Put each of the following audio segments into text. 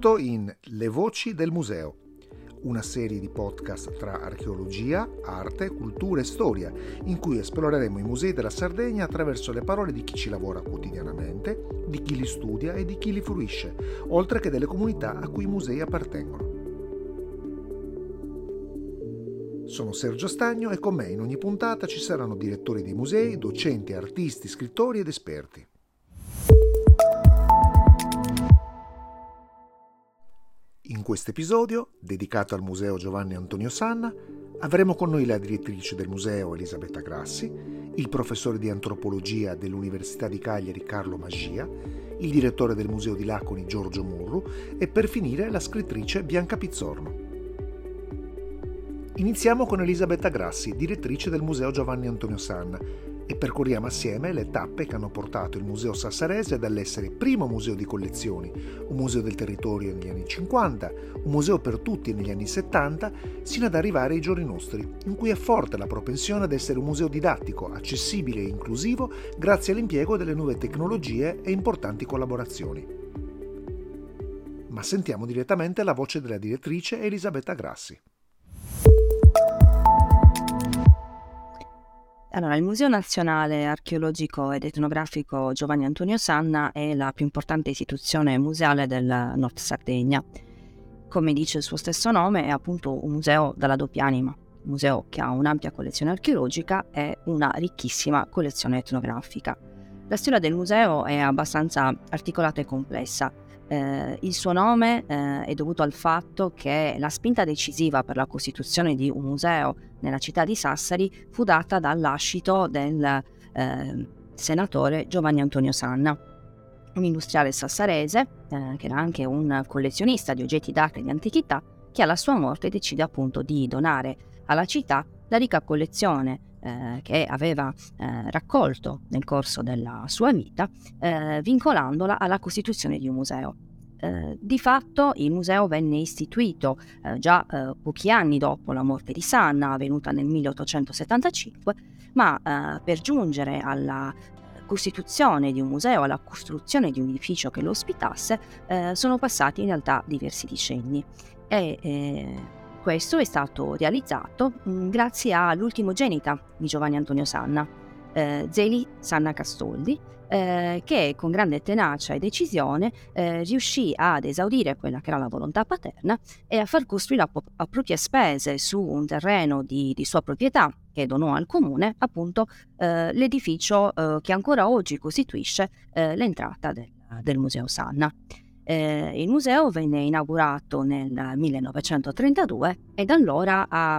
benvenuto in Le Voci del Museo, una serie di podcast tra archeologia, arte, cultura e storia, in cui esploreremo i musei della Sardegna attraverso le parole di chi ci lavora quotidianamente, di chi li studia e di chi li fruisce, oltre che delle comunità a cui i musei appartengono. Sono Sergio Stagno e con me in ogni puntata ci saranno direttori dei musei, docenti, artisti, scrittori ed esperti. In questo episodio, dedicato al Museo Giovanni Antonio Sanna, avremo con noi la direttrice del museo Elisabetta Grassi, il professore di antropologia dell'Università di Cagliari Carlo Maggia, il direttore del Museo di Laconi Giorgio Murru e per finire la scrittrice Bianca Pizzorno. Iniziamo con Elisabetta Grassi, direttrice del Museo Giovanni Antonio Sanna, e percorriamo assieme le tappe che hanno portato il Museo Sassarese dall'essere primo museo di collezioni, un museo del territorio negli anni 50, un museo per tutti negli anni 70, sino ad arrivare ai giorni nostri, in cui è forte la propensione ad essere un museo didattico, accessibile e inclusivo grazie all'impiego delle nuove tecnologie e importanti collaborazioni. Ma sentiamo direttamente la voce della direttrice Elisabetta Grassi. Allora, il Museo Nazionale Archeologico ed Etnografico Giovanni Antonio Sanna è la più importante istituzione museale del Nord Sardegna. Come dice il suo stesso nome, è appunto un museo dalla doppia anima, un museo che ha un'ampia collezione archeologica e una ricchissima collezione etnografica. La storia del museo è abbastanza articolata e complessa. Il suo nome è dovuto al fatto che la spinta decisiva per la costituzione di un museo nella città di Sassari fu data dal lascito del senatore Giovanni Antonio Sanna, un industriale sassarese che era anche un collezionista di oggetti d'arte e di antichità, che alla sua morte decide appunto di donare alla città la ricca collezione che aveva raccolto nel corso della sua vita, vincolandola alla costituzione di un museo. Di fatto il museo venne istituito già pochi anni dopo la morte di Sanna, avvenuta nel 1875, ma per giungere alla costituzione di un museo, alla costruzione di un edificio che lo ospitasse, sono passati in realtà diversi decenni e questo è stato realizzato grazie all'ultimogenita di Giovanni Antonio Sanna, Zeli Sanna Castoldi, che con grande tenacia e decisione riuscì ad esaudire quella che era la volontà paterna e a far costruire a proprie spese su un terreno di sua proprietà che donò al comune appunto l'edificio che ancora oggi costituisce l'entrata del Museo Sanna. Il museo venne inaugurato nel 1932 e da allora ha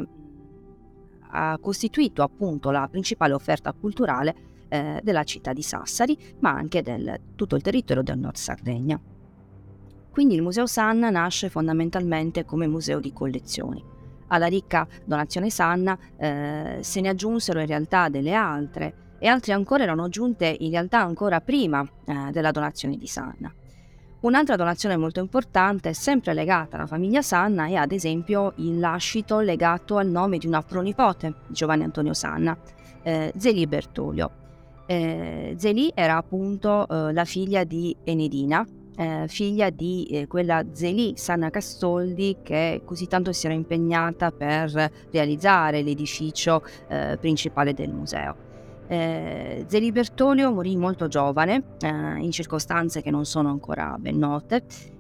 costituito appunto la principale offerta culturale della città di Sassari, ma anche del tutto il territorio del Nord Sardegna. Quindi il Museo Sanna nasce fondamentalmente come museo di collezioni. Alla ricca donazione Sanna se ne aggiunsero in realtà delle altre, e altre ancora erano giunte in realtà ancora prima della donazione di Sanna. Un'altra donazione molto importante, sempre legata alla famiglia Sanna, è ad esempio il lascito legato al nome di una pronipote di Giovanni Antonio Sanna, Zeli Bertolio. Zeli era appunto la figlia di Enedina, figlia di quella Zeli Sanna Castoldi che così tanto si era impegnata per realizzare l'edificio principale del museo. Zeli Bertolio morì molto giovane, in circostanze che non sono ancora ben note,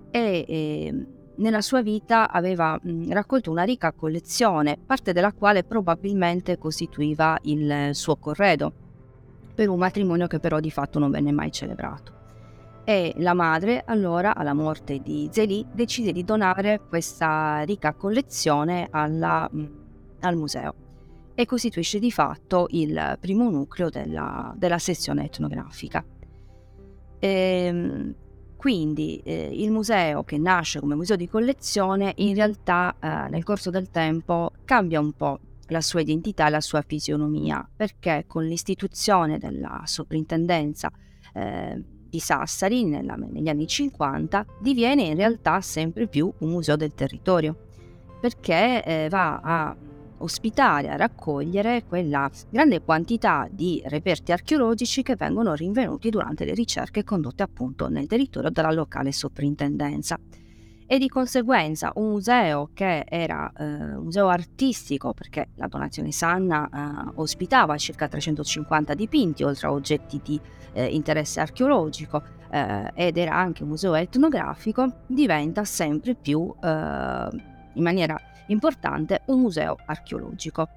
e nella sua vita aveva raccolto una ricca collezione, parte della quale probabilmente costituiva il suo corredo, per un matrimonio che però di fatto non venne mai celebrato. E la madre allora, alla morte di Zeli, decise di donare questa ricca collezione al museo e costituisce di fatto il primo nucleo della sezione etnografica. Quindi il museo, che nasce come museo di collezione, in realtà nel corso del tempo cambia un po' la sua identità e la sua fisionomia, perché con l'istituzione della soprintendenza di Sassari negli anni 50 diviene in realtà sempre più un museo del territorio, perché va a ospitare, a raccogliere quella grande quantità di reperti archeologici che vengono rinvenuti durante le ricerche condotte appunto nel territorio dalla locale soprintendenza. e di conseguenza un museo che era un museo artistico, perché la Donazione Sanna ospitava circa 350 dipinti oltre a oggetti di interesse archeologico, ed era anche un museo etnografico, diventa sempre più in maniera importante un museo archeologico.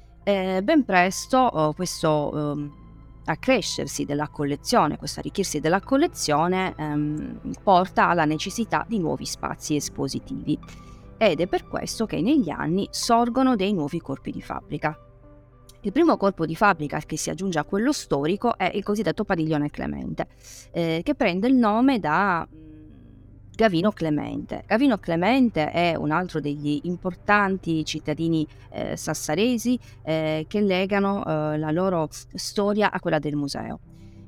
Ben presto questo accrescersi della collezione, questo arricchirsi della collezione porta alla necessità di nuovi spazi espositivi, ed è per questo che negli anni sorgono dei nuovi corpi di fabbrica. Il primo corpo di fabbrica che si aggiunge a quello storico è il cosiddetto Padiglione Clemente, che prende il nome da Gavino Clemente. Gavino Clemente è un altro degli importanti cittadini sassaresi che legano la loro storia a quella del museo.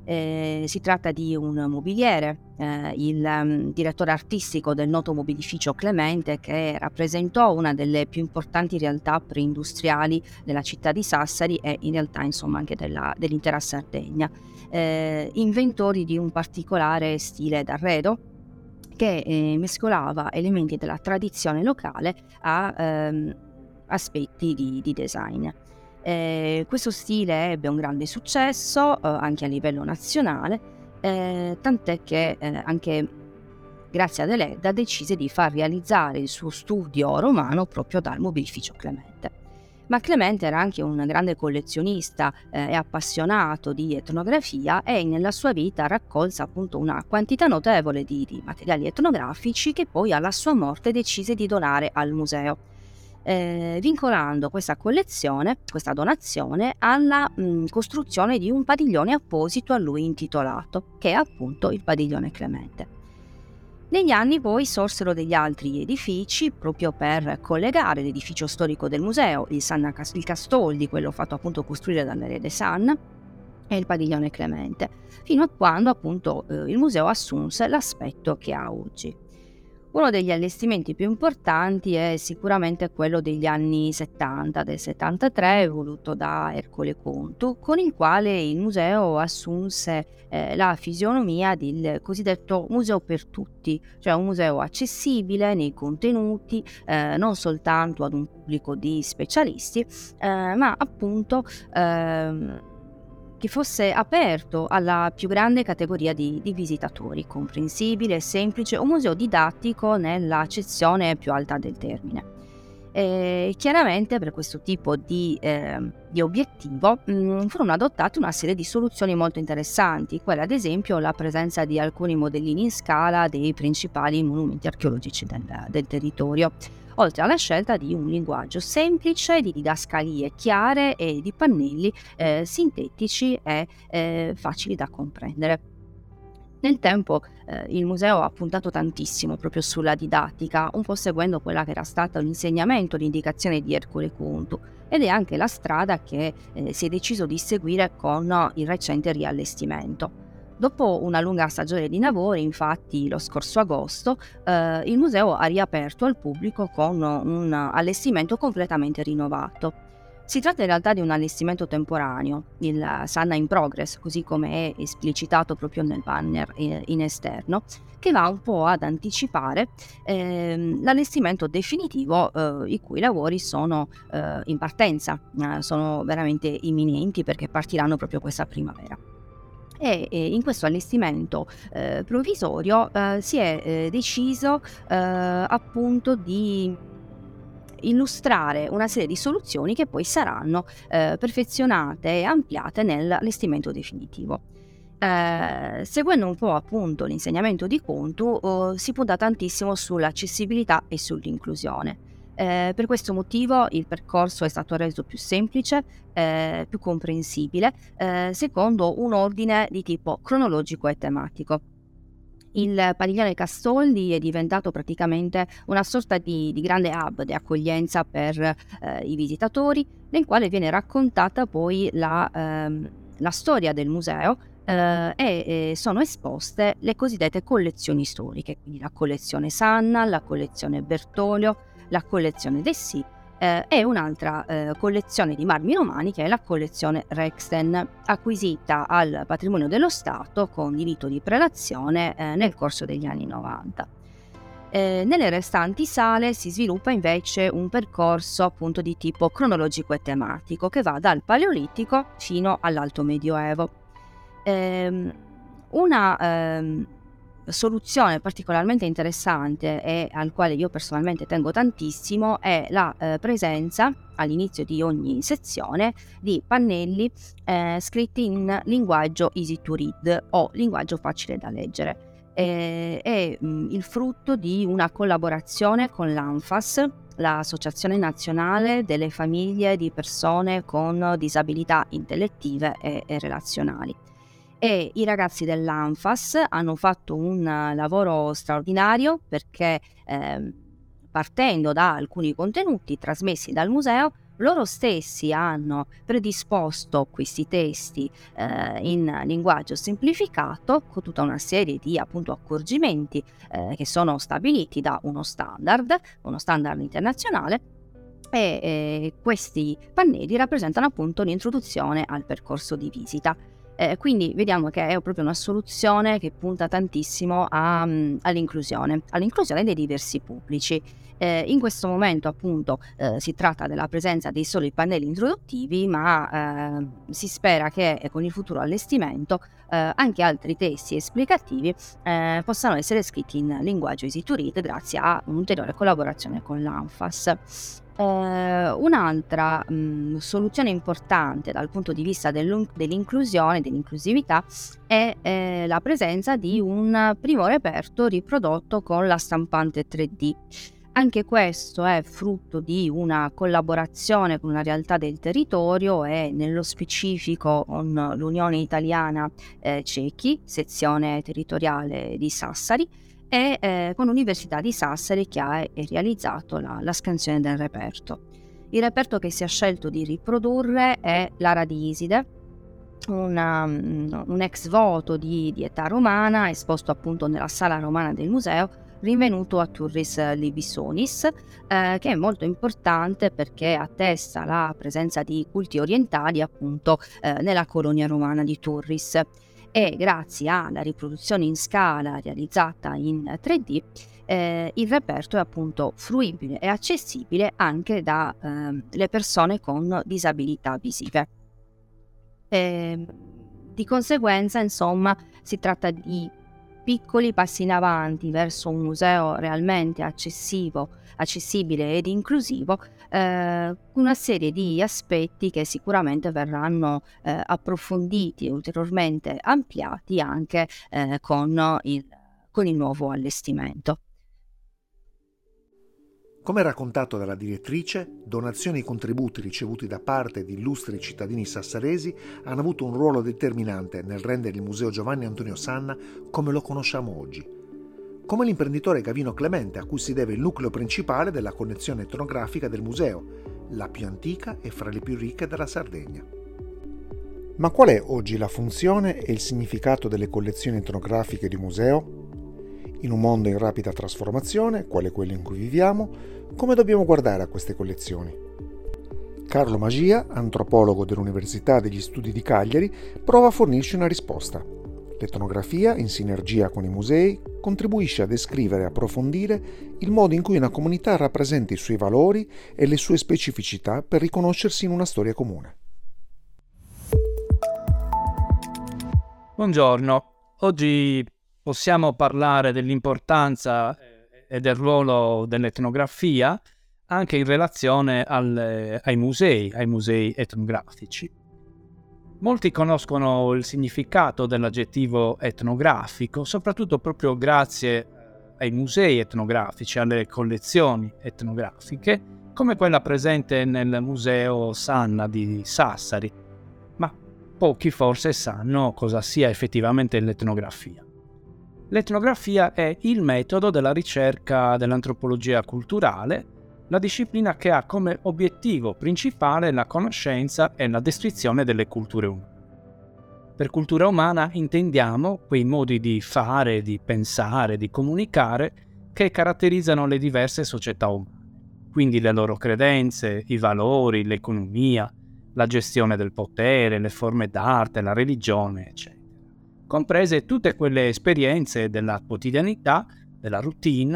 Si tratta di un mobiliere, il direttore artistico del noto mobilificio Clemente, che rappresentò una delle più importanti realtà preindustriali della città di Sassari e in realtà insomma anche dell'intera Sardegna. Inventori di un particolare stile d'arredo che mescolava elementi della tradizione locale a aspetti di design. Questo stile ebbe un grande successo anche a livello nazionale, tant'è che anche grazie ad Eledda decise di far realizzare il suo studio romano proprio dal mobilificio Clemente. Ma Clemente era anche un grande collezionista e appassionato di etnografia, e nella sua vita raccolse appunto una quantità notevole di materiali etnografici che poi alla sua morte decise di donare al museo, vincolando questa collezione, questa donazione, alla costruzione di un padiglione apposito a lui intitolato, che è appunto il Padiglione Clemente. Negli anni poi sorsero degli altri edifici proprio per collegare l'edificio storico del museo, il Castoldi, quello fatto appunto costruire dall'erede Sanna, e il Padiglione Clemente, fino a quando appunto il museo assunse l'aspetto che ha oggi. Uno degli allestimenti più importanti è sicuramente quello degli anni 70, del 73, voluto da Ercole Contu, con il quale il museo assunse la fisionomia del cosiddetto museo per tutti, cioè un museo accessibile nei contenuti, non soltanto ad un pubblico di specialisti, ma appunto che fosse aperto alla più grande categoria di visitatori, comprensibile e semplice, un museo didattico nella accezione più alta del termine. Chiaramente per questo tipo di obiettivo furono adottate una serie di soluzioni molto interessanti, quale ad esempio la presenza di alcuni modellini in scala dei principali monumenti archeologici del territorio, oltre alla scelta di un linguaggio semplice, di didascalie chiare e di pannelli sintetici e facili da comprendere. Nel tempo il museo ha puntato tantissimo proprio sulla didattica, un po' seguendo quella che era stata l'insegnamento, l'indicazione di Ercole Contu, ed è anche la strada che si è deciso di seguire con il recente riallestimento. Dopo una lunga stagione di lavori, infatti, lo scorso agosto, il museo ha riaperto al pubblico con un allestimento completamente rinnovato. Si tratta in realtà di un allestimento temporaneo, il Sanna in Progress, così come è esplicitato proprio nel banner in esterno, che va un po' ad anticipare l'allestimento definitivo, i cui lavori sono in partenza, sono veramente imminenti perché partiranno proprio questa primavera. E in questo allestimento provvisorio si è deciso appunto di illustrare una serie di soluzioni che poi saranno perfezionate e ampliate nell'allestimento definitivo. Seguendo un po' appunto l'insegnamento di Contu, si punta tantissimo sull'accessibilità e sull'inclusione. Per questo motivo il percorso è stato reso più semplice, più comprensibile, secondo un ordine di tipo cronologico e tematico. Il Padiglione Castoldi è diventato praticamente una sorta di grande hub di accoglienza per i visitatori, nel quale viene raccontata poi la storia del museo e sono esposte le cosiddette collezioni storiche, quindi la collezione Sanna, la collezione Bertolio, la collezione Dessì e un'altra collezione di marmi romani che è la collezione Rexten, acquisita al patrimonio dello Stato con diritto di prelazione nel corso degli anni 90. Nelle restanti sale si sviluppa invece un percorso appunto di tipo cronologico e tematico che va dal Paleolitico fino all'Alto Medioevo. Una soluzione particolarmente interessante e al quale io personalmente tengo tantissimo è la presenza all'inizio di ogni sezione di pannelli scritti in linguaggio easy to read o linguaggio facile da leggere. È il frutto di una collaborazione con l'ANFAS, l'Associazione Nazionale delle Famiglie di Persone con Disabilità Intellettive e Relazionali. E i ragazzi dell'ANFAS hanno fatto un lavoro straordinario perché partendo da alcuni contenuti trasmessi dal museo, loro stessi hanno predisposto questi testi in linguaggio semplificato con tutta una serie di appunto accorgimenti che sono stabiliti da uno standard internazionale, e questi pannelli rappresentano appunto l'introduzione al percorso di visita. Quindi vediamo che è proprio una soluzione che punta tantissimo all'inclusione dei diversi pubblici. In questo momento appunto si tratta della presenza dei soli pannelli introduttivi, ma si spera che con il futuro allestimento anche altri testi esplicativi possano essere scritti in linguaggio easy to read grazie a un'ulteriore collaborazione con l'ANFAS. Un'altra soluzione importante dal punto di vista dell'inclusività è la presenza di un primo reperto riprodotto con la stampante 3D. Anche questo è frutto di una collaborazione con una realtà del territorio e nello specifico con l'Unione Italiana Cechi, sezione territoriale di Sassari, e con l'Università di Sassari che ha realizzato la scansione del reperto. Il reperto che si è scelto di riprodurre è l'Ara di Iside, un ex voto di età romana esposto appunto nella sala romana del museo, rinvenuto a Turris Libisonis, che è molto importante perché attesta la presenza di culti orientali appunto nella colonia romana di Turris. E grazie alla riproduzione in scala realizzata in 3D il reperto è appunto fruibile e accessibile anche da le persone con disabilità visive. Di conseguenza, insomma, si tratta di piccoli passi in avanti verso un museo realmente accessibile ed inclusivo, una serie di aspetti che sicuramente verranno approfonditi e ulteriormente ampliati anche con il nuovo allestimento. Come raccontato dalla direttrice, donazioni e contributi ricevuti da parte di illustri cittadini sassaresi hanno avuto un ruolo determinante nel rendere il Museo Giovanni Antonio Sanna come lo conosciamo oggi. Come l'imprenditore Gavino Clemente, a cui si deve il nucleo principale della collezione etnografica del museo, la più antica e fra le più ricche della Sardegna. Ma qual è oggi la funzione e il significato delle collezioni etnografiche di museo? In un mondo in rapida trasformazione, quale quello in cui viviamo, come dobbiamo guardare a queste collezioni? Carlo Magia, antropologo dell'Università degli Studi di Cagliari, prova a fornirci una risposta. L'etnografia, in sinergia con i musei, contribuisce a descrivere e approfondire il modo in cui una comunità rappresenta i suoi valori e le sue specificità per riconoscersi in una storia comune. Buongiorno, oggi possiamo parlare dell'importanza e del ruolo dell'etnografia anche in relazione ai musei etnografici. Molti conoscono il significato dell'aggettivo etnografico, soprattutto proprio grazie ai musei etnografici, alle collezioni etnografiche, come quella presente nel Museo Sanna di Sassari, ma pochi forse sanno cosa sia effettivamente l'etnografia. L'etnografia è il metodo della ricerca dell'antropologia culturale, la disciplina che ha come obiettivo principale la conoscenza e la descrizione delle culture umane. Per cultura umana intendiamo quei modi di fare, di pensare, di comunicare che caratterizzano le diverse società umane, quindi le loro credenze, i valori, l'economia, la gestione del potere, le forme d'arte, la religione, eccetera. Comprese tutte quelle esperienze della quotidianità, della routine,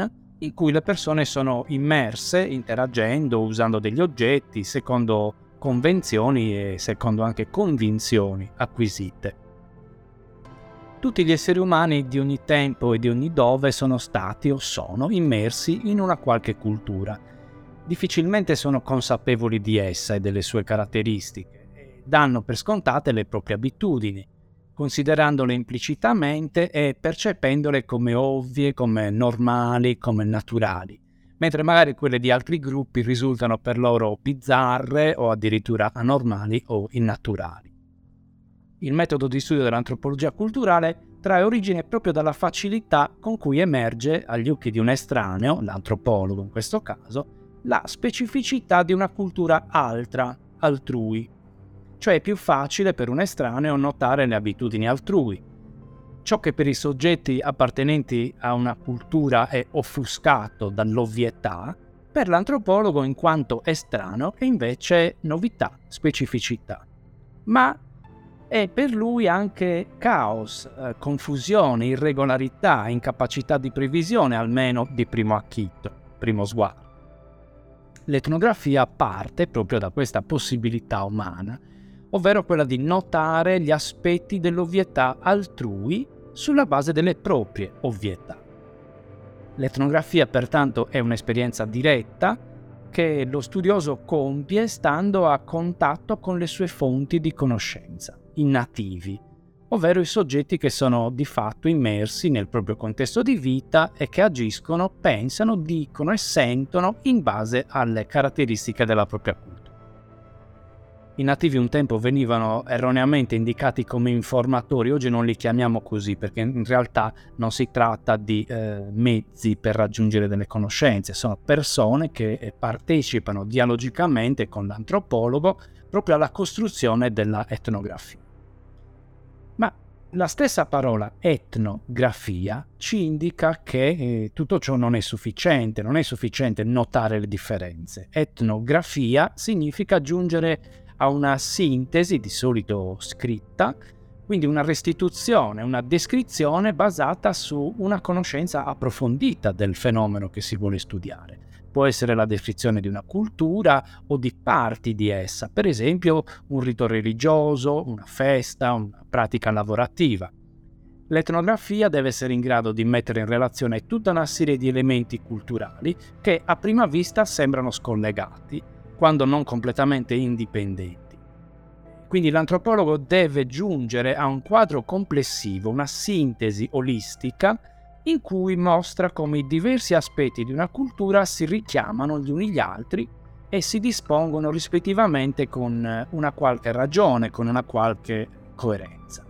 in cui le persone sono immerse, interagendo, usando degli oggetti, secondo convenzioni e secondo anche convinzioni acquisite. Tutti gli esseri umani di ogni tempo e di ogni dove sono stati o sono immersi in una qualche cultura. Difficilmente sono consapevoli di essa e delle sue caratteristiche e danno per scontate le proprie abitudini, considerandole implicitamente e percependole come ovvie, come normali, come naturali, mentre magari quelle di altri gruppi risultano per loro bizzarre o addirittura anormali o innaturali. Il metodo di studio dell'antropologia culturale trae origine proprio dalla facilità con cui emerge agli occhi di un estraneo, l'antropologo in questo caso, la specificità di una cultura altra, altrui. Cioè è più facile per un estraneo notare le abitudini altrui. Ciò che per i soggetti appartenenti a una cultura è offuscato dall'ovvietà, per l'antropologo in quanto estraneo è invece novità, specificità. Ma è per lui anche caos, confusione, irregolarità, incapacità di previsione, almeno di primo acchito, primo sguardo. L'etnografia parte proprio da questa possibilità umana, ovvero quella di notare gli aspetti dell'ovvietà altrui sulla base delle proprie ovvietà. L'etnografia pertanto è un'esperienza diretta che lo studioso compie stando a contatto con le sue fonti di conoscenza, i nativi, ovvero i soggetti che sono di fatto immersi nel proprio contesto di vita e che agiscono, pensano, dicono e sentono in base alle caratteristiche della propria cultura. I nativi un tempo venivano erroneamente indicati come informatori, oggi non li chiamiamo così perché in realtà non si tratta di mezzi per raggiungere delle conoscenze, sono persone che partecipano dialogicamente con l'antropologo proprio alla costruzione della etnografia. Ma la stessa parola etnografia ci indica che tutto ciò non è sufficiente notare le differenze. Etnografia significa giungere a una sintesi, di solito scritta, quindi una restituzione, una descrizione basata su una conoscenza approfondita del fenomeno che si vuole studiare. Può essere la descrizione di una cultura o di parti di essa, per esempio un rito religioso, una festa, una pratica lavorativa. L'etnografia deve essere in grado di mettere in relazione tutta una serie di elementi culturali che a prima vista sembrano scollegati, quando non completamente indipendenti. Quindi l'antropologo deve giungere a un quadro complessivo, una sintesi olistica in cui mostra come i diversi aspetti di una cultura si richiamano gli uni gli altri e si dispongono rispettivamente con una qualche ragione, con una qualche coerenza.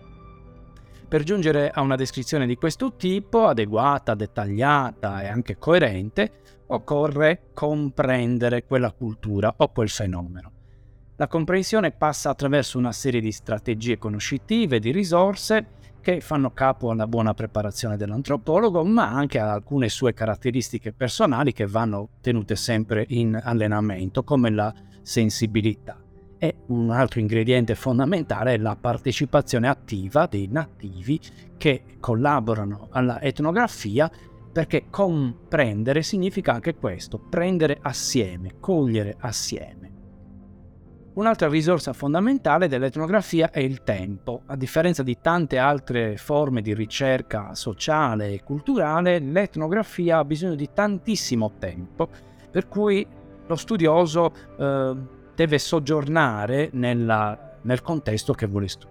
Per giungere a una descrizione di questo tipo, adeguata, dettagliata e anche coerente, occorre comprendere quella cultura o quel fenomeno. La comprensione passa attraverso una serie di strategie conoscitive, di risorse che fanno capo alla buona preparazione dell'antropologo, ma anche ad alcune sue caratteristiche personali che vanno tenute sempre in allenamento, come la sensibilità. E un altro ingrediente fondamentale è la partecipazione attiva dei nativi che collaborano alla etnografia, perché comprendere significa anche questo, prendere assieme, cogliere assieme. Un'altra risorsa fondamentale dell'etnografia è il tempo. A differenza di tante altre forme di ricerca sociale e culturale, l'etnografia ha bisogno di tantissimo tempo, per cui lo studioso deve soggiornare nel contesto che vuole studiare.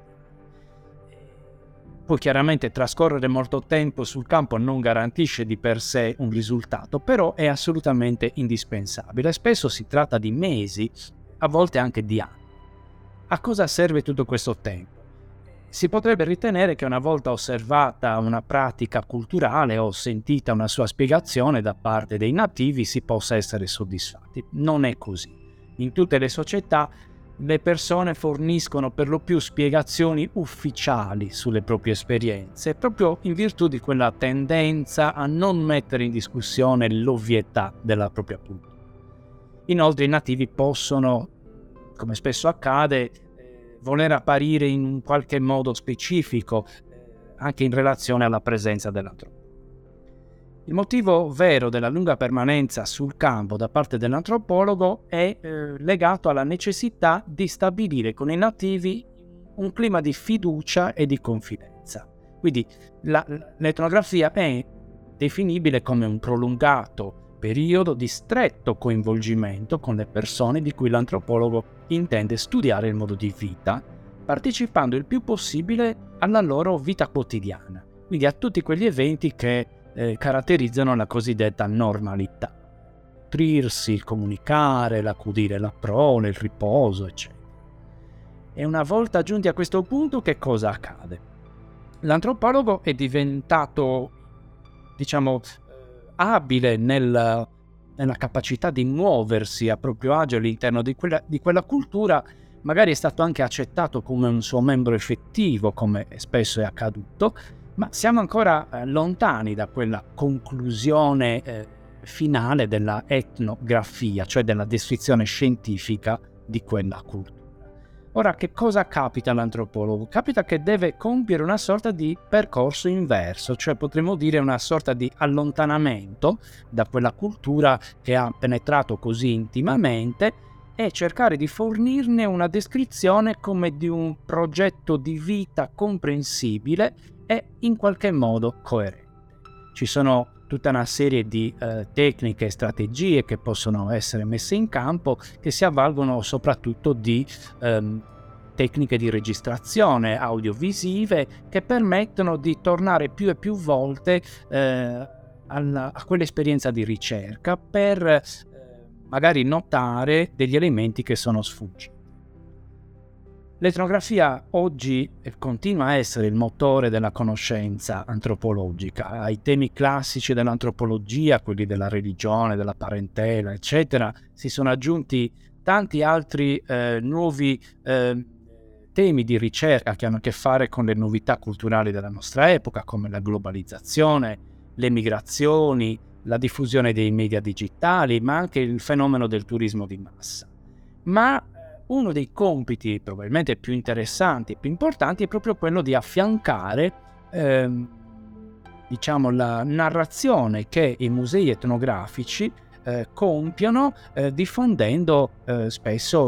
Poi chiaramente trascorrere molto tempo sul campo non garantisce di per sé un risultato, però è assolutamente indispensabile. Spesso si tratta di mesi, a volte anche di anni. A cosa serve tutto questo tempo? Si potrebbe ritenere che una volta osservata una pratica culturale o sentita una sua spiegazione da parte dei nativi si possa essere soddisfatti. Non è così. In tutte le società le persone forniscono per lo più spiegazioni ufficiali sulle proprie esperienze, proprio in virtù di quella tendenza a non mettere in discussione l'ovvietà della propria cultura. Inoltre i nativi possono, come spesso accade, voler apparire in un qualche modo specifico, anche in relazione alla presenza dell'antropologo. Il motivo vero della lunga permanenza sul campo da parte dell'antropologo è legato alla necessità di stabilire con i nativi un clima di fiducia e di confidenza. Quindi l'etnografia è definibile come un prolungato periodo di stretto coinvolgimento con le persone di cui l'antropologo intende studiare il modo di vita, partecipando il più possibile alla loro vita quotidiana, quindi a tutti quegli eventi che caratterizzano la cosiddetta normalità. Nutrirsi, il comunicare, l'accudire la prole, il riposo, eccetera. E una volta giunti a questo punto, che cosa accade? L'antropologo è diventato, abile nella capacità di muoversi a proprio agio all'interno di quella cultura, magari è stato anche accettato come un suo membro effettivo, come spesso è accaduto, ma siamo ancora lontani da quella conclusione finale della etnografia, cioè della descrizione scientifica di quella cultura. Ora, che cosa capita all'antropologo? Capita che deve compiere una sorta di percorso inverso, cioè potremmo dire una sorta di allontanamento da quella cultura che ha penetrato così intimamente e cercare di fornirne una descrizione come di un progetto di vita comprensibile e in qualche modo coerente. Ci sono tutta una serie di tecniche e strategie che possono essere messe in campo, che si avvalgono soprattutto di tecniche di registrazione audiovisive che permettono di tornare più e più volte a quell'esperienza di ricerca per magari notare degli elementi che sono sfuggiti. L'etnografia oggi continua a essere il motore della conoscenza antropologica. Ai temi classici dell'antropologia, quelli della religione, della parentela, eccetera, si sono aggiunti tanti altri nuovi temi di ricerca che hanno a che fare con le novità culturali della nostra epoca, come la globalizzazione, le migrazioni, la diffusione dei media digitali, ma anche il fenomeno del turismo di massa. Ma uno dei compiti probabilmente più interessanti e più importanti è proprio quello di affiancare la narrazione che i musei etnografici compiono diffondendo spesso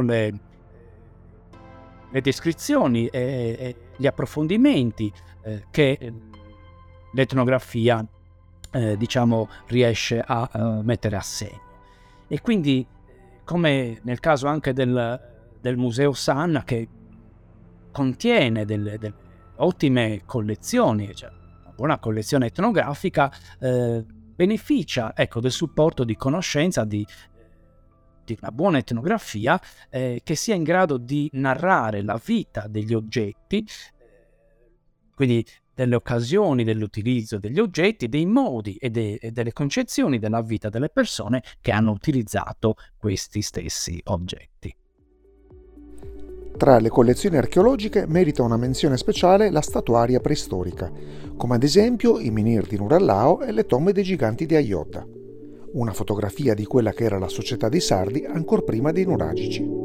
le descrizioni e gli approfondimenti che l'etnografia riesce a mettere a segno. E quindi, come nel caso anche del Museo Sanna, che contiene delle ottime collezioni, cioè una buona collezione etnografica, beneficia del supporto di conoscenza di una buona etnografia che sia in grado di narrare la vita degli oggetti, quindi delle occasioni dell'utilizzo degli oggetti, dei modi e delle concezioni della vita delle persone che hanno utilizzato questi stessi oggetti. Tra le collezioni archeologiche merita una menzione speciale la statuaria preistorica, come ad esempio i menhir di Nurallao e le tombe dei giganti di Ayodda, una fotografia di quella che era la società dei Sardi ancor prima dei nuragici.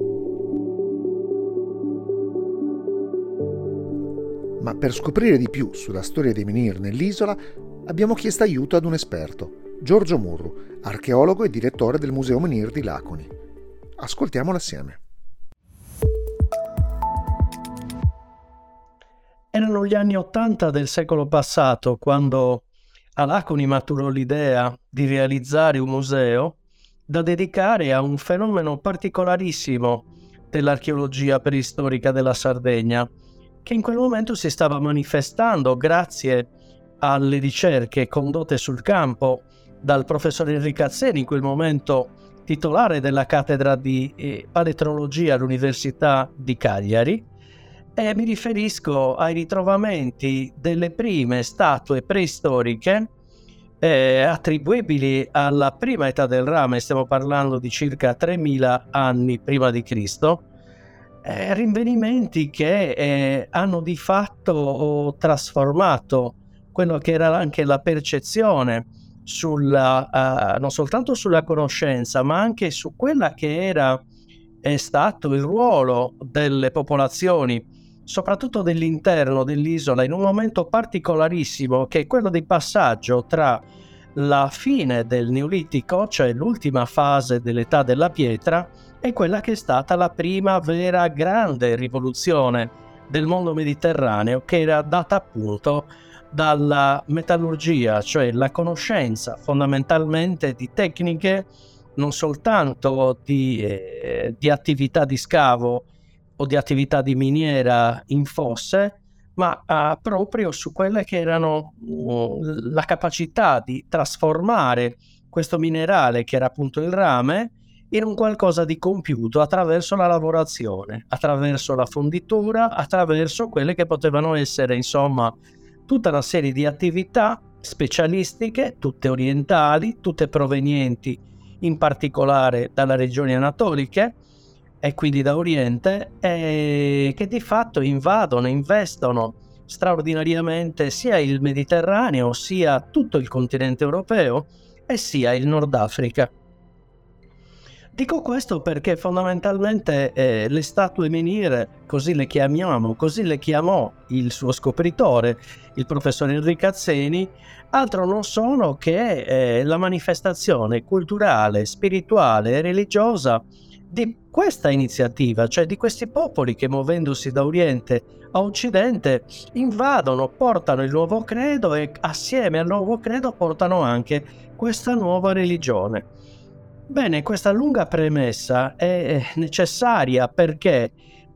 Ma per scoprire di più sulla storia dei menhir nell'isola abbiamo chiesto aiuto ad un esperto, Giorgio Murru, archeologo e direttore del Museo Menhir di Laconi. Ascoltiamolo assieme. Erano gli anni '80 del secolo passato quando a Laconi maturò l'idea di realizzare un museo da dedicare a un fenomeno particolarissimo dell'archeologia preistorica della Sardegna, che in quel momento si stava manifestando grazie alle ricerche condotte sul campo dal professor Enrico Azzeni, in quel momento titolare della cattedra di paleontologia all'Università di Cagliari, e mi riferisco ai ritrovamenti delle prime statue preistoriche attribuibili alla prima età del rame, stiamo parlando di circa 3000 anni prima di Cristo, rinvenimenti che hanno di fatto trasformato quello che era anche la percezione non soltanto sulla conoscenza, ma anche su quella che è stato il ruolo delle popolazioni, soprattutto dell'interno dell'isola, in un momento particolarissimo che è quello di passaggio tra la fine del Neolitico, cioè l'ultima fase dell'età della pietra, è quella che è stata la prima vera grande rivoluzione del mondo mediterraneo, che era data appunto dalla metallurgia, cioè la conoscenza fondamentalmente di tecniche non soltanto di attività di scavo o di attività di miniera in fosse, ma proprio su quelle che erano la capacità di trasformare questo minerale, che era appunto il rame, in un qualcosa di compiuto attraverso la lavorazione, attraverso la fonditura, attraverso quelle che potevano essere, insomma, tutta una serie di attività specialistiche, tutte orientali, tutte provenienti in particolare dalle regioni anatoliche e quindi da Oriente, che di fatto investono straordinariamente sia il Mediterraneo, sia tutto il continente europeo e sia il Nord Africa. Dico questo perché fondamentalmente le statue menhir, così le chiamiamo, così le chiamò il suo scopritore, il professor Enrico Azzeni, altro non sono che la manifestazione culturale, spirituale e religiosa di questa iniziativa, cioè di questi popoli che, muovendosi da Oriente a Occidente, invadono, portano il nuovo credo e assieme al nuovo credo portano anche questa nuova religione. Bene, questa lunga premessa è necessaria perché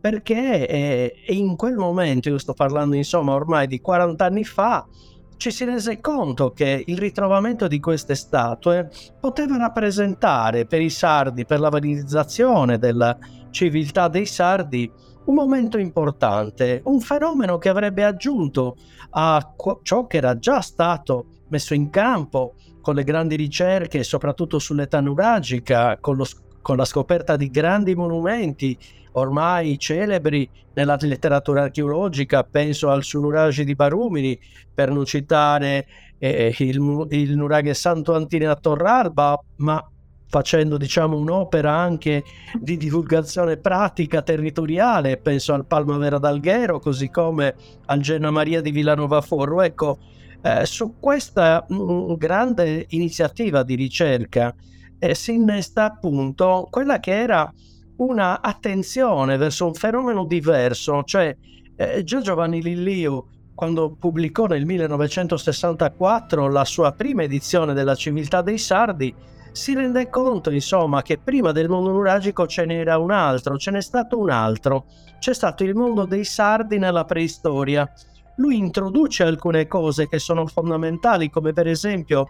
in quel momento, io sto parlando insomma ormai di 40 anni fa, ci si rese conto che il ritrovamento di queste statue poteva rappresentare per i sardi, per la valorizzazione della civiltà dei sardi, un momento importante, un fenomeno che avrebbe aggiunto a ciò che era già stato messo in campo con le grandi ricerche, soprattutto sull'età nuragica, con la scoperta di grandi monumenti ormai celebri nella letteratura archeologica. Penso al Nuraghe di Barumini, per non citare il Nuraghe Santo Antine a Torralba, ma facendo un'opera anche di divulgazione pratica territoriale. Penso al Palmavera d'Alghero, così come al Genna Maria di Villanova Forro. Ecco, su questa grande iniziativa di ricerca si innesta appunto quella che era una attenzione verso un fenomeno diverso, cioè già Giovanni Lilliu, quando pubblicò nel 1964 la sua prima edizione della Civiltà dei Sardi, si rende conto insomma che prima del mondo nuragico ce n'è stato un altro, c'è stato il mondo dei Sardi nella preistoria. Lui introduce alcune cose che sono fondamentali, come per esempio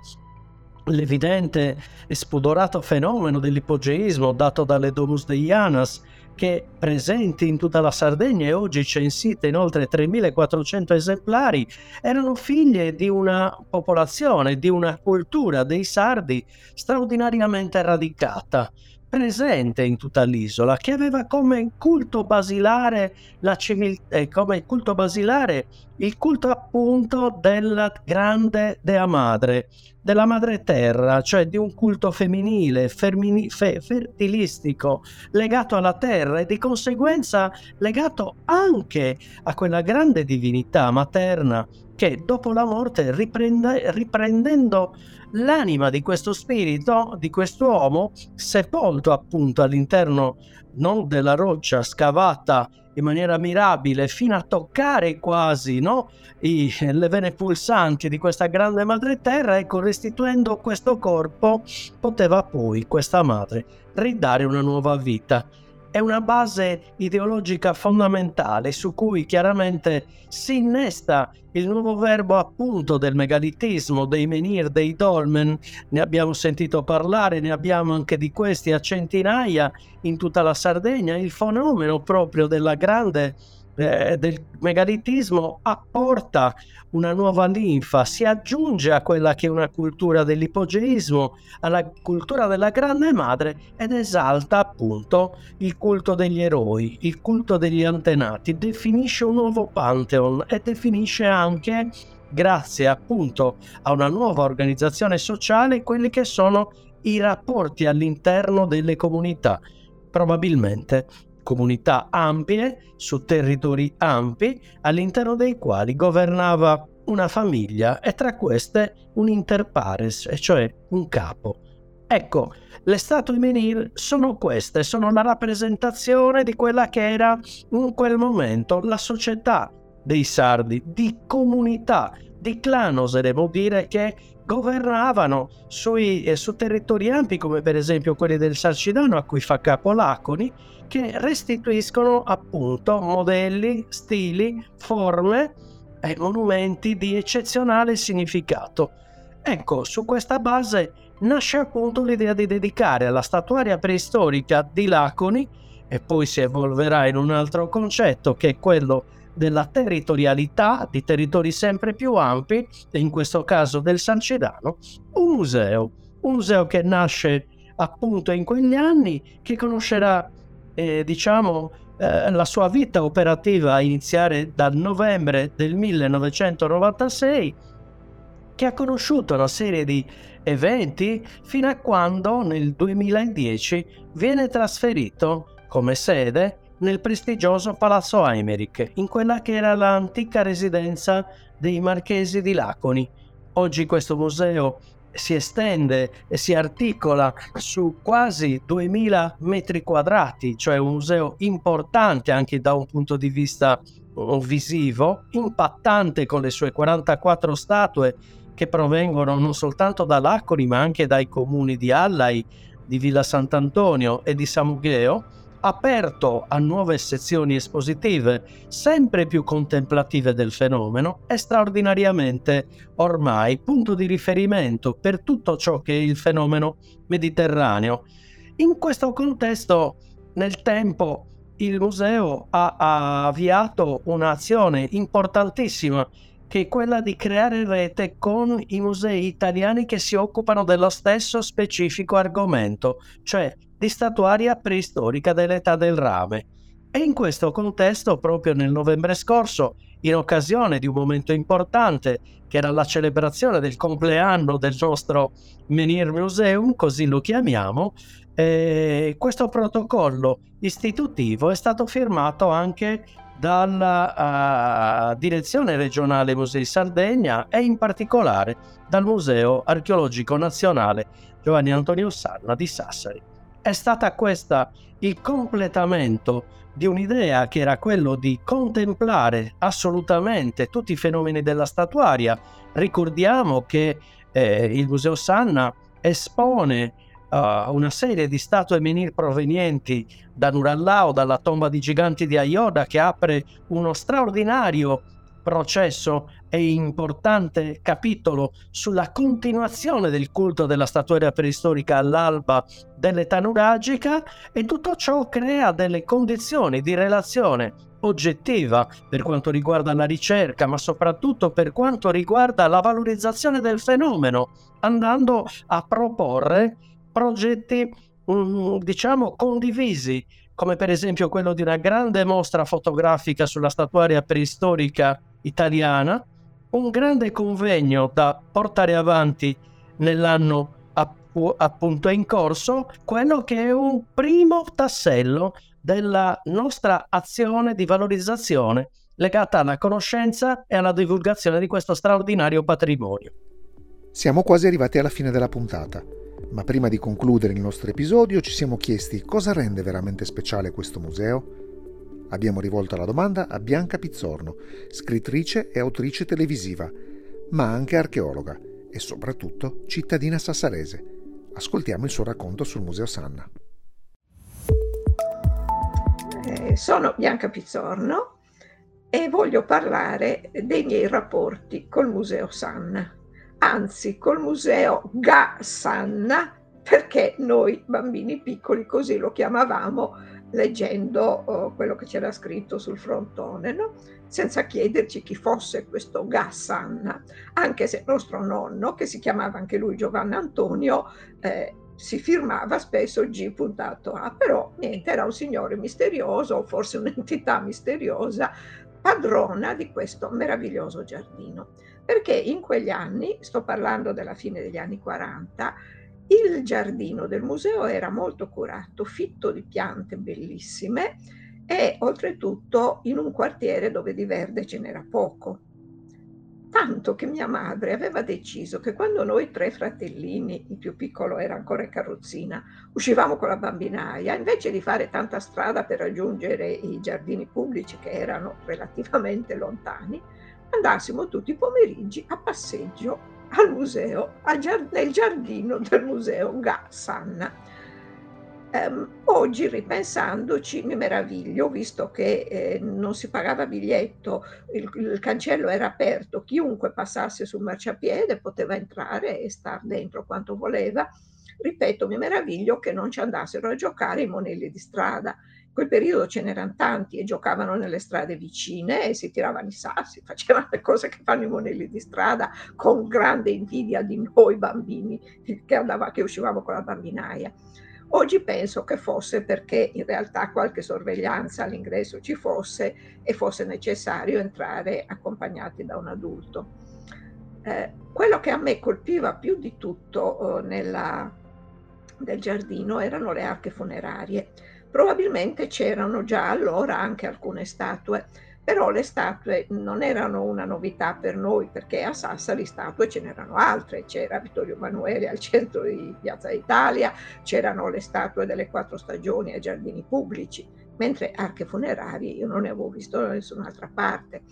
l'evidente e spudorato fenomeno dell'ipogeismo dato dalle Domus Deianas, che presenti in tutta la Sardegna e oggi censite in oltre 3.400 esemplari, erano figlie di una popolazione, di una cultura dei sardi straordinariamente radicata, presente in tutta l'isola, che aveva come culto basilare la civiltà, come culto basilare il culto appunto della grande Dea Madre, della madre terra, cioè di un culto femminile, fertilistico, legato alla terra e di conseguenza legato anche a quella grande divinità materna che dopo la morte, riprendendo l'anima di questo spirito, di quest'uomo, sepolto appunto all'interno non della roccia scavata in maniera mirabile fino a toccare quasi le vene pulsanti di questa grande madre terra, ecco, restituendo questo corpo poteva poi questa madre ridare una nuova vita. È una base ideologica fondamentale su cui chiaramente si innesta il nuovo verbo appunto del megalitismo, dei menhir, dei dolmen. Ne abbiamo sentito parlare, ne abbiamo anche di questi a centinaia in tutta la Sardegna. Il fenomeno proprio della grande del megalitismo apporta una nuova linfa, si aggiunge a quella che è una cultura dell'ipogeismo, alla cultura della grande madre, ed esalta appunto il culto degli eroi, il culto degli antenati, definisce un nuovo pantheon e definisce anche, grazie appunto a una nuova organizzazione sociale, quelli che sono i rapporti all'interno delle comunità, probabilmente comunità ampie, su territori ampi, all'interno dei quali governava una famiglia e tra queste un inter pares, e cioè un capo. Ecco, le statue menhir sono queste, sono la rappresentazione di quella che era in quel momento la società dei sardi, di comunità, di clan, oseremo dire, che governavano su territori ampi come per esempio quelli del Sarcidano, a cui fa capo Laconi, che restituiscono appunto modelli, stili, forme e monumenti di eccezionale significato. Ecco, su questa base nasce appunto l'idea di dedicare alla statuaria preistorica di Laconi, e poi si evolverà in un altro concetto che è quello della territorialità, di territori sempre più ampi, e in questo caso del Sarcidano, un museo che nasce appunto in quegli anni, che conoscerà la sua vita operativa a iniziare dal novembre del 1996, che ha conosciuto una serie di eventi fino a quando nel 2010 viene trasferito come sede nel prestigioso Palazzo Aimeric, in quella che era l'antica residenza dei Marchesi di Laconi. Oggi questo museo si estende e si articola su quasi 2000 metri quadrati, cioè un museo importante anche da un punto di vista visivo, impattante, con le sue 44 statue che provengono non soltanto da Laconi ma anche dai comuni di Allai, di Villa Sant'Antonio e di Samugheo, aperto a nuove sezioni espositive sempre più contemplative del fenomeno, è straordinariamente ormai punto di riferimento per tutto ciò che è il fenomeno mediterraneo. In questo contesto, nel tempo, il museo ha avviato un'azione importantissima, che è quella di creare rete con i musei italiani che si occupano dello stesso specifico argomento, cioè di statuaria preistorica dell'età del rame. E in questo contesto, proprio nel novembre scorso, in occasione di un momento importante, che era la celebrazione del compleanno del nostro Menhir Museum, così lo chiamiamo, questo protocollo istitutivo è stato firmato anche dalla Direzione Regionale Musei Sardegna e in particolare dal Museo Archeologico Nazionale Giovanni Antonio Sanna di Sassari. È stata questa il completamento di un'idea che era quello di contemplare assolutamente tutti i fenomeni della statuaria. Ricordiamo che il Museo Sanna espone una serie di statue menhir provenienti da Nurallao, dalla tomba di giganti di Ayoda, che apre uno straordinario processo e importante capitolo sulla continuazione del culto della statuaria preistorica all'alba dell'età nuragica, e tutto ciò crea delle condizioni di relazione oggettiva per quanto riguarda la ricerca, ma soprattutto per quanto riguarda la valorizzazione del fenomeno, andando a proporre progetti condivisi, come per esempio quello di una grande mostra fotografica sulla statuaria preistorica italiana, un grande convegno da portare avanti nell'anno appunto in corso, quello che è un primo tassello della nostra azione di valorizzazione legata alla conoscenza e alla divulgazione di questo straordinario patrimonio. Siamo quasi arrivati alla fine della puntata, ma prima di concludere il nostro episodio ci siamo chiesti cosa rende veramente speciale questo museo. Abbiamo rivolto la domanda a Bianca Pizzorno, scrittrice e autrice televisiva, ma anche archeologa e soprattutto cittadina sassarese. Ascoltiamo il suo racconto sul Museo Sanna. Sono Bianca Pizzorno e voglio parlare dei miei rapporti col Museo Sanna, anzi col Museo Ga Sanna, perché noi bambini piccoli così lo chiamavamo leggendo quello che c'era scritto sul frontone, no? Senza chiederci chi fosse questo Ga Sanna, anche se nostro nonno, che si chiamava anche lui Giovanni Antonio, si firmava spesso G.A, però niente, era un signore misterioso, o forse un'entità misteriosa, padrona di questo meraviglioso giardino. Perché in quegli anni, sto parlando della fine degli anni 40, il giardino del museo era molto curato, fitto di piante bellissime e oltretutto in un quartiere dove di verde ce n'era poco. tanto che mia madre aveva deciso che quando noi 3 fratellini, il più piccolo era ancora in carrozzina, uscivamo con la bambinaia, invece di fare tanta strada per raggiungere i giardini pubblici che erano relativamente lontani, andassimo tutti i pomeriggi a passeggio al museo, nel giardino del museo Ga Sanna. Oggi ripensandoci mi meraviglio, visto che non si pagava biglietto, il cancello era aperto, chiunque passasse sul marciapiede poteva entrare e star dentro quanto voleva. Ripeto, mi meraviglio che non ci andassero a giocare i monelli di strada. In quel periodo ce n'erano tanti e giocavano nelle strade vicine e si tiravano i sassi, facevano le cose che fanno i monelli di strada, con grande invidia di noi bambini che uscivamo con la bambinaia. Oggi penso che fosse perché in realtà qualche sorveglianza all'ingresso ci fosse e fosse necessario entrare accompagnati da un adulto. Quello che a me colpiva più di tutto del giardino erano le arche funerarie. Probabilmente c'erano già allora anche alcune statue, però le statue non erano una novità per noi, perché a Sassari statue ce n'erano altre. C'era Vittorio Emanuele al centro di Piazza Italia, c'erano le statue delle 4 stagioni ai giardini pubblici, mentre arche funerarie io non ne avevo visto da nessun'altra parte.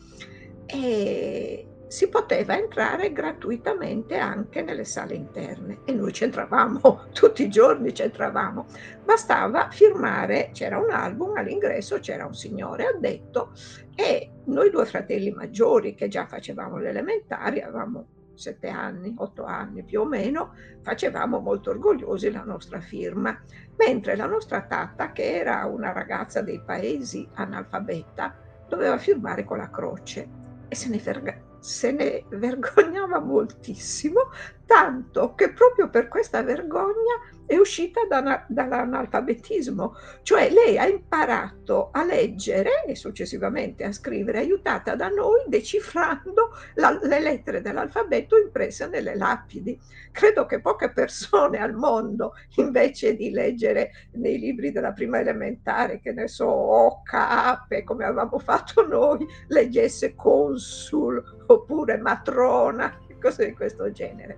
E si poteva entrare gratuitamente anche nelle sale interne e noi c'entravamo, tutti i giorni c'entravamo. Bastava firmare, c'era un album, all'ingresso c'era un signore addetto e noi 2 fratelli maggiori che già facevamo le elementari, avevamo 7 anni, 8 anni più o meno, facevamo molto orgogliosi la nostra firma, mentre la nostra tata, che era una ragazza dei paesi analfabeta, doveva firmare con la croce e se ne vergognava moltissimo, tanto che proprio per questa vergogna è uscita dall'analfabetismo, cioè lei ha imparato a leggere e successivamente a scrivere, aiutata da noi, decifrando le lettere dell'alfabeto impresse nelle lapidi. Credo che poche persone al mondo, invece di leggere nei libri della prima elementare, che ne so, Occa, Ape, come avevamo fatto noi, leggesse Consul oppure Matrona, cose di questo genere.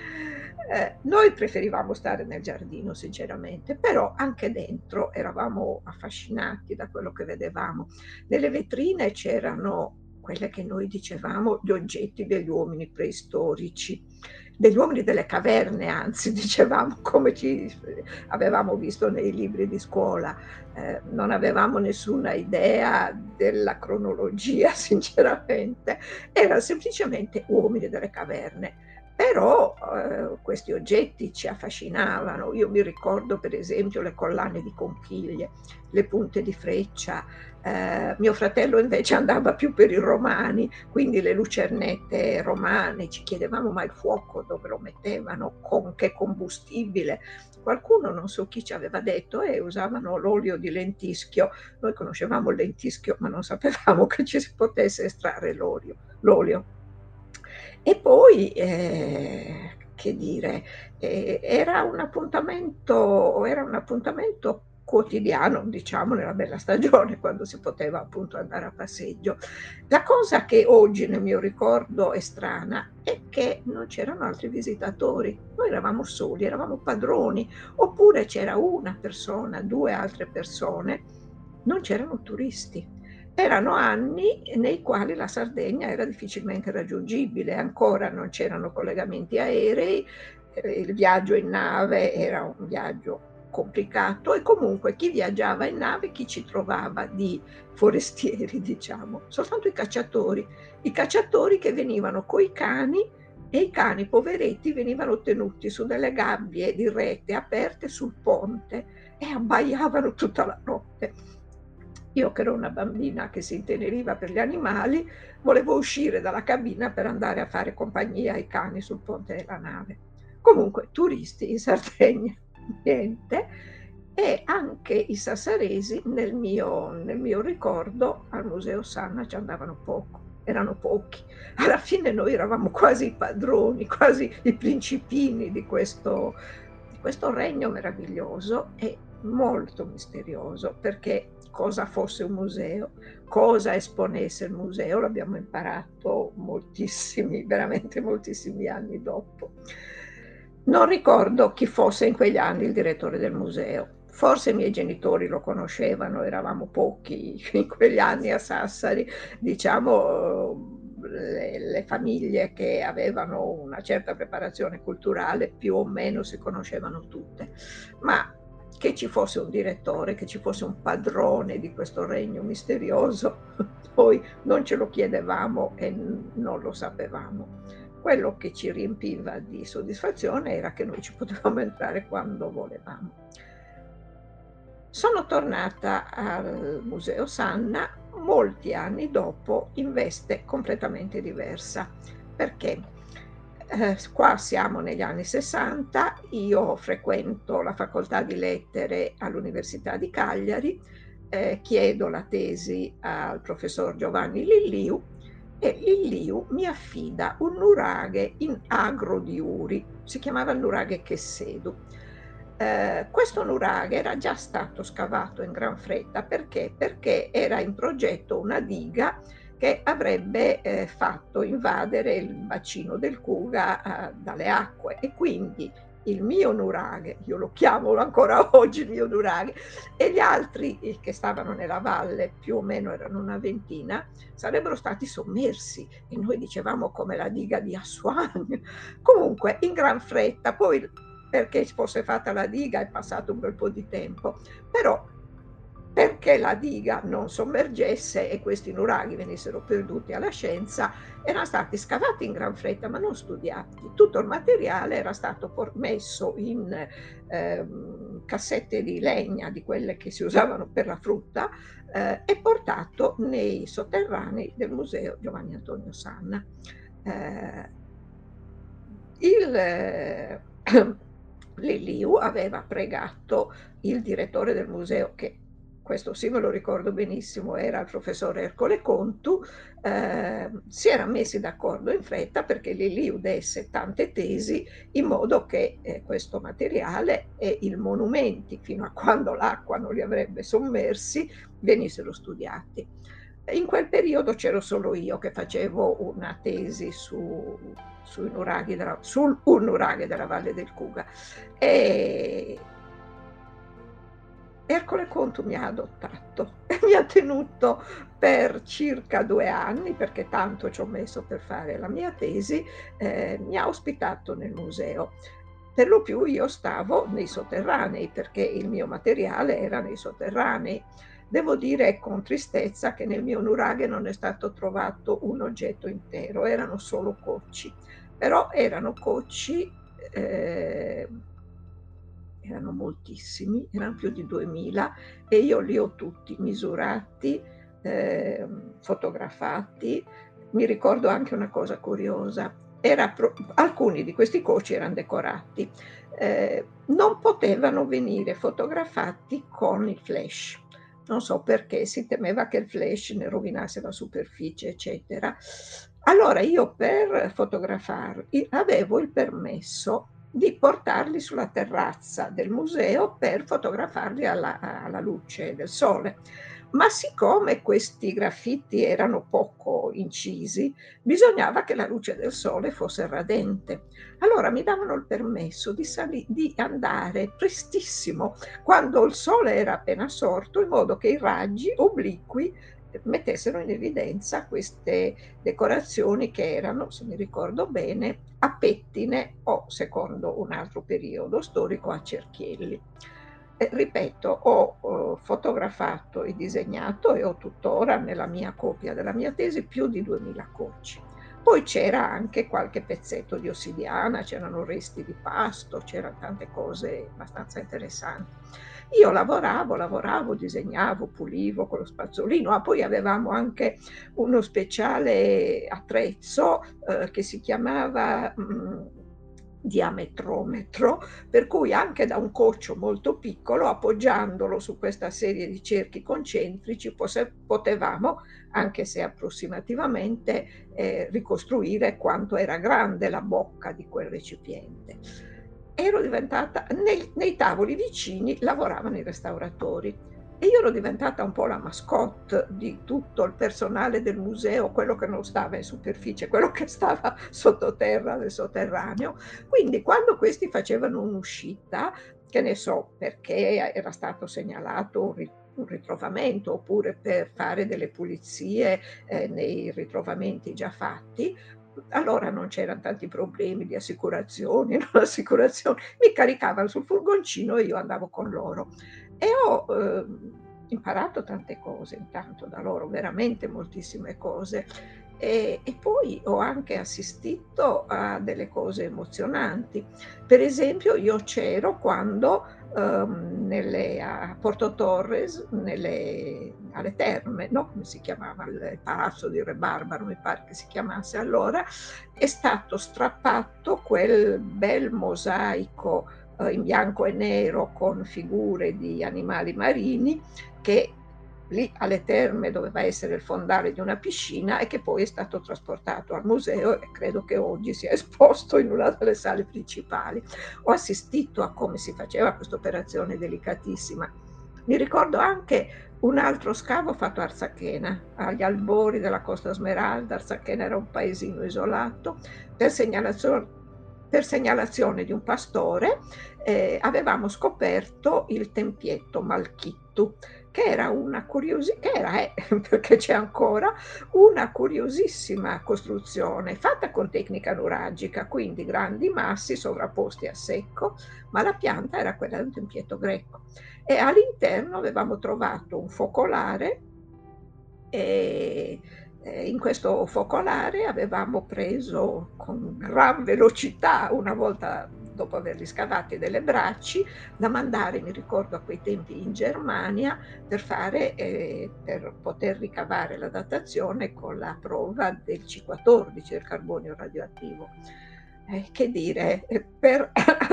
Noi preferivamo stare nel giardino sinceramente, però anche dentro eravamo affascinati da quello che vedevamo. Nelle vetrine c'erano quelle che noi dicevamo gli oggetti degli uomini preistorici, degli uomini delle caverne, anzi dicevamo, come ci avevamo visto nei libri di scuola. Non avevamo nessuna idea della cronologia sinceramente, erano semplicemente uomini delle caverne. Però questi oggetti ci affascinavano. Io mi ricordo per esempio le collane di conchiglie, le punte di freccia. Mio fratello invece andava più per i romani, quindi le lucernette romane. Ci chiedevamo ma il fuoco dove lo mettevano, con che combustibile. Qualcuno, non so chi, ci aveva detto usavano l'olio di lentischio. Noi conoscevamo il lentischio ma non sapevamo che ci si potesse estrarre l'olio. E poi, che dire, era un appuntamento quotidiano, diciamo, nella bella stagione, quando si poteva appunto andare a passeggio. La cosa che oggi nel mio ricordo è strana è che non c'erano altri visitatori, noi eravamo soli, eravamo padroni, oppure c'era una persona, 2 altre persone, non c'erano turisti. Erano anni nei quali la Sardegna era difficilmente raggiungibile, ancora non c'erano collegamenti aerei, il viaggio in nave era un viaggio complicato e comunque chi viaggiava in nave, chi ci trovava di forestieri, diciamo, soltanto i cacciatori che venivano coi cani e i cani poveretti venivano tenuti su delle gabbie di rete aperte sul ponte e abbaiavano tutta la notte. Io che ero una bambina che si inteneriva per gli animali, volevo uscire dalla cabina per andare a fare compagnia ai cani sul ponte della nave. Comunque, turisti in Sardegna, niente. E anche i sassaresi, nel mio ricordo, al Museo Sanna ci andavano poco, erano pochi. Alla fine noi eravamo quasi i padroni, quasi i principini di questo regno meraviglioso e molto misterioso, perché cosa fosse un museo, cosa esponesse il museo, l'abbiamo imparato moltissimi, veramente moltissimi anni dopo. Non ricordo chi fosse in quegli anni il direttore del museo. Forse i miei genitori lo conoscevano, eravamo pochi in quegli anni a Sassari, diciamo le famiglie che avevano una certa preparazione culturale più o meno si conoscevano tutte, ma che ci fosse un direttore, che ci fosse un padrone di questo regno misterioso, poi non ce lo chiedevamo e non lo sapevamo. Quello che ci riempiva di soddisfazione era che noi ci potevamo entrare quando volevamo. Sono tornata al Museo Sanna molti anni dopo in veste completamente diversa, perché qua siamo negli anni 60, io frequento la facoltà di lettere all'Università di Cagliari, chiedo la tesi al professor Giovanni Lilliu e Lilliu mi affida un nuraghe in agro di Uri, si chiamava il nuraghe Chessedu. Questo nuraghe era già stato scavato in gran fretta perché era in progetto una diga che avrebbe fatto invadere il bacino del Cuga dalle acque, e quindi il mio nuraghe, io lo chiamo ancora oggi il mio nuraghe, e gli altri che stavano nella valle, più o meno erano una ventina, sarebbero stati sommersi, e noi dicevamo come la diga di Assuan. Comunque in gran fretta, poi perché fosse fatta la diga è passato un bel po' di tempo, però perché la diga non sommergesse e questi nuraghi venissero perduti alla scienza, erano stati scavati in gran fretta ma non studiati. Tutto il materiale era stato messo in cassette di legna, di quelle che si usavano per la frutta, e portato nei sotterranei del Museo Giovanni Antonio Sanna. Lilliu aveva pregato il direttore del museo, che questo sì me lo ricordo benissimo, era il professore Ercole Contu, si erano messi d'accordo in fretta perché Lilliu desse tante tesi in modo che questo materiale e i monumenti, fino a quando l'acqua non li avrebbe sommersi, venissero studiati. In quel periodo c'ero solo io che facevo una tesi sul un nuraghe della Valle del Cuga, e Ercole Contu mi ha adottato e mi ha tenuto per circa 2 anni, perché tanto ci ho messo per fare la mia tesi, mi ha ospitato nel museo. Per lo più io stavo nei sotterranei, perché il mio materiale era nei sotterranei. Devo dire con tristezza che nel mio nuraghe non è stato trovato un oggetto intero, erano solo cocci, però erano cocci, erano moltissimi, erano più di 2000, e io li ho tutti misurati, fotografati. Mi ricordo anche una cosa curiosa, alcuni di questi cocci erano decorati, non potevano venire fotografati con il flash. Non so perché, si temeva che il flash ne rovinasse la superficie, eccetera. Allora io per fotografarli avevo il permesso di portarli sulla terrazza del museo per fotografarli alla luce del sole. Ma siccome questi graffiti erano poco incisi, bisognava che la luce del sole fosse radente. Allora mi davano il permesso di andare prestissimo, quando il sole era appena sorto, in modo che i raggi obliqui mettessero in evidenza queste decorazioni che erano, se mi ricordo bene, a pettine o, secondo un altro periodo storico, a cerchielli. Ripeto, ho fotografato e disegnato, e ho tuttora nella mia copia della mia tesi più di 2000 cocci. Poi c'era anche qualche pezzetto di ossidiana, c'erano resti di pasto, c'erano tante cose abbastanza interessanti. Io lavoravo, disegnavo, pulivo con lo spazzolino, poi avevamo anche uno speciale attrezzo che si chiamava diametrometro, per cui anche da un coccio molto piccolo, appoggiandolo su questa serie di cerchi concentrici, potevamo, anche se approssimativamente, ricostruire quanto era grande la bocca di quel recipiente. Ero diventata, nei tavoli vicini lavoravano i restauratori, e io ero diventata un po' la mascotte di tutto il personale del museo, quello che non stava in superficie, quello che stava sottoterra, nel sotterraneo. Quindi quando questi facevano un'uscita, che ne so, perché era stato segnalato un ritrovamento oppure per fare delle pulizie nei ritrovamenti già fatti, allora non c'erano tanti problemi di assicurazioni, non assicurazioni, mi caricavano sul furgoncino e io andavo con loro. E ho imparato tante cose intanto da loro, veramente moltissime cose. E poi ho anche assistito a delle cose emozionanti. Per esempio, io c'ero quando a Porto Torres, alle terme, no? Come si chiamava, il palazzo di Re Barbaro, mi pare che si chiamasse allora, è stato strappato quel bel mosaico in bianco e nero con figure di animali marini che lì alle terme doveva essere il fondale di una piscina e che poi è stato trasportato al museo e credo che oggi sia esposto in una delle sale principali. Ho assistito a come si faceva questa operazione delicatissima. Mi ricordo anche un altro scavo fatto a Arzachena, agli albori della Costa Smeralda. Arzachena era un paesino isolato. Per segnalazione di un pastore avevamo scoperto il tempietto Malchittu, che era perché c'è ancora, una curiosissima costruzione fatta con tecnica nuragica, quindi grandi massi sovrapposti a secco, ma la pianta era quella di un tempietto greco. E all'interno avevamo trovato un focolare e in questo focolare avevamo preso con gran velocità, una volta dopo averli scavati, delle bracci da mandare, mi ricordo a quei tempi, in Germania per poter ricavare la datazione con la prova del C14, del carbonio radioattivo. Che dire, per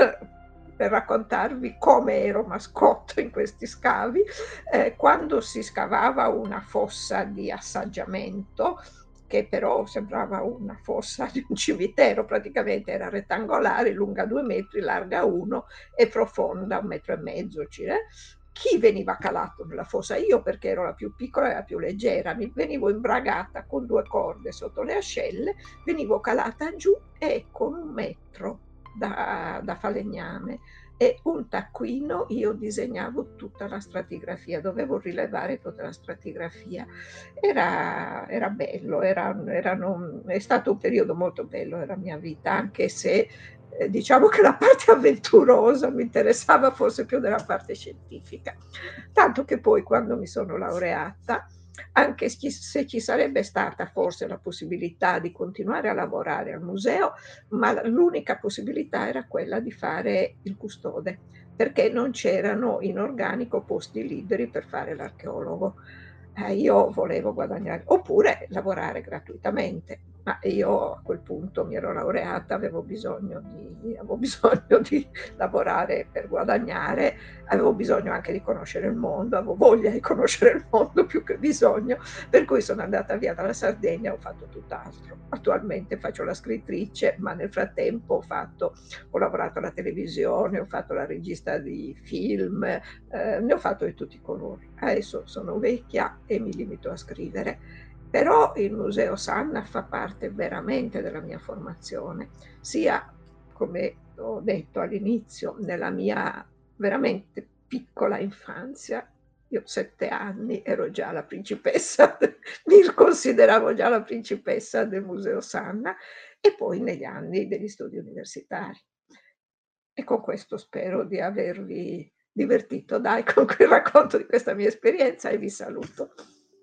raccontarvi come ero mascotte in questi scavi, quando si scavava una fossa di assaggiamento, che però sembrava una fossa di un cimitero, praticamente era rettangolare, lunga 2 metri, larga 1 e profonda 1,5 metri. Chi veniva calato nella fossa? Io, perché ero la più piccola e la più leggera, mi venivo imbragata con 2 corde sotto le ascelle, venivo calata giù e con 1 metro da falegname e un taccuino io disegnavo tutta la stratigrafia, dovevo rilevare tutta la stratigrafia. Era bello, è stato un periodo molto bello della mia vita, anche se diciamo che la parte avventurosa mi interessava forse più della parte scientifica, tanto che poi quando mi sono laureata, anche se ci sarebbe stata forse la possibilità di continuare a lavorare al museo, ma l'unica possibilità era quella di fare il custode, perché non c'erano in organico posti liberi per fare l'archeologo. Io volevo guadagnare, oppure lavorare gratuitamente, ma io a quel punto mi ero laureata, avevo bisogno di lavorare per guadagnare, avevo bisogno anche di conoscere il mondo, avevo voglia di conoscere il mondo più che bisogno, per cui sono andata via dalla Sardegna e ho fatto tutt'altro. Attualmente faccio la scrittrice, ma nel frattempo ho lavorato alla televisione, ho fatto la regista di film, ne ho fatto di tutti i colori. Adesso sono vecchia e mi limito a scrivere. Però il Museo Sanna fa parte veramente della mia formazione, sia, come ho detto all'inizio, nella mia veramente piccola infanzia. Io 7 anni ero già la principessa, mi consideravo già la principessa del Museo Sanna, e poi negli anni degli studi universitari. E con questo spero di avervi divertito, con il racconto di questa mia esperienza, e vi saluto.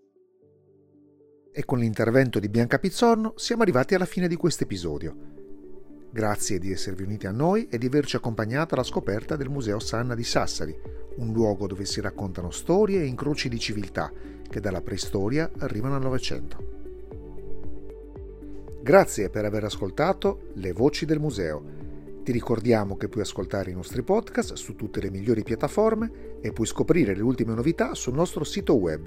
E con l'intervento di Bianca Pizzorno siamo arrivati alla fine di questo episodio. Grazie di esservi uniti a noi e di averci accompagnato alla scoperta del Museo Sanna di Sassari, un luogo dove si raccontano storie e incroci di civiltà che dalla preistoria arrivano al Novecento. Grazie per aver ascoltato Le Voci del Museo. Ti ricordiamo che puoi ascoltare i nostri podcast su tutte le migliori piattaforme e puoi scoprire le ultime novità sul nostro sito web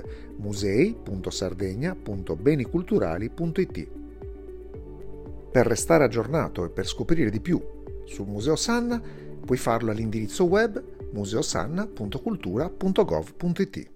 musei.sardegna.beniculturali.it. Per restare aggiornato e per scoprire di più sul Museo Sanna puoi farlo all'indirizzo web museosanna.cultura.gov.it.